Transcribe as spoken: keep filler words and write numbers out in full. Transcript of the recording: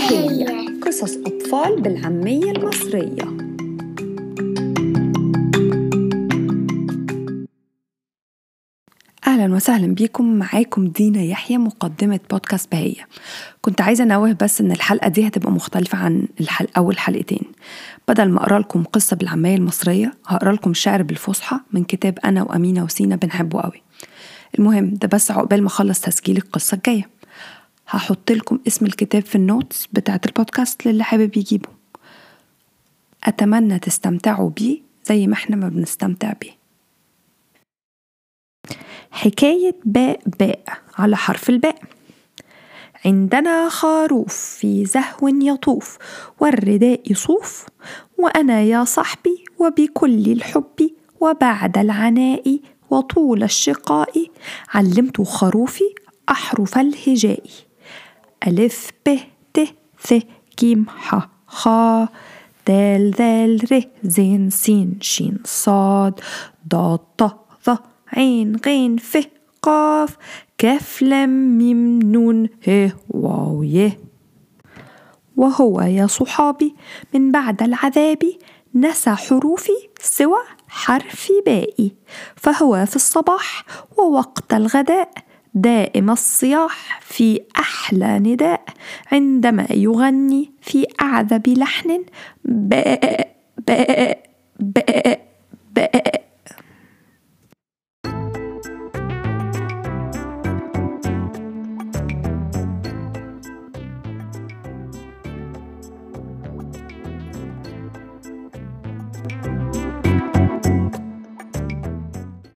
بهية قصص أطفال بالعامية المصرية. أهلا وسهلا بيكم، معاكم دينا يحيى مقدمة بودكاست بهية. كنت عايزة أنوه بس إن الحلقة دي هتبقى مختلفة عن الحلقة أول حلقتين. بدل ما أقرأ لكم قصة بالعامية المصرية هقرأ لكم شعر بالفصحى من كتاب أنا وأمينة وسينا بنحبه قوي. المهم ده بس عقبال ما أخلص تسجيل القصة الجاية. هحط لكم اسم الكتاب في النوتس بتاعة البودكاست للي حابب يجيبه. أتمنى تستمتعوا بيه زي ما احنا ما بنستمتع بيه. حكاية باء باء على حرف الباء. عندنا خروف في زهو يطوف والرداء صوف، وأنا يا صحبي وبكل الحب وبعد العناء وطول الشقاء علمت خروفي أحرف الهجاء: ألف ب ت ث ج ح خ دال ذال ر زين سين شين صاد ضاد ط ظ عين غين ف قاف كاف لام ميم نون ه واو يه. وهو يا صحابي من بعد العذاب نسى حروفي سوى حرف بائي، فهو في الصباح ووقت الغداء دائم الصياح في أحلى نداء، عندما يغني في أعذب لحن باء باء باء باء.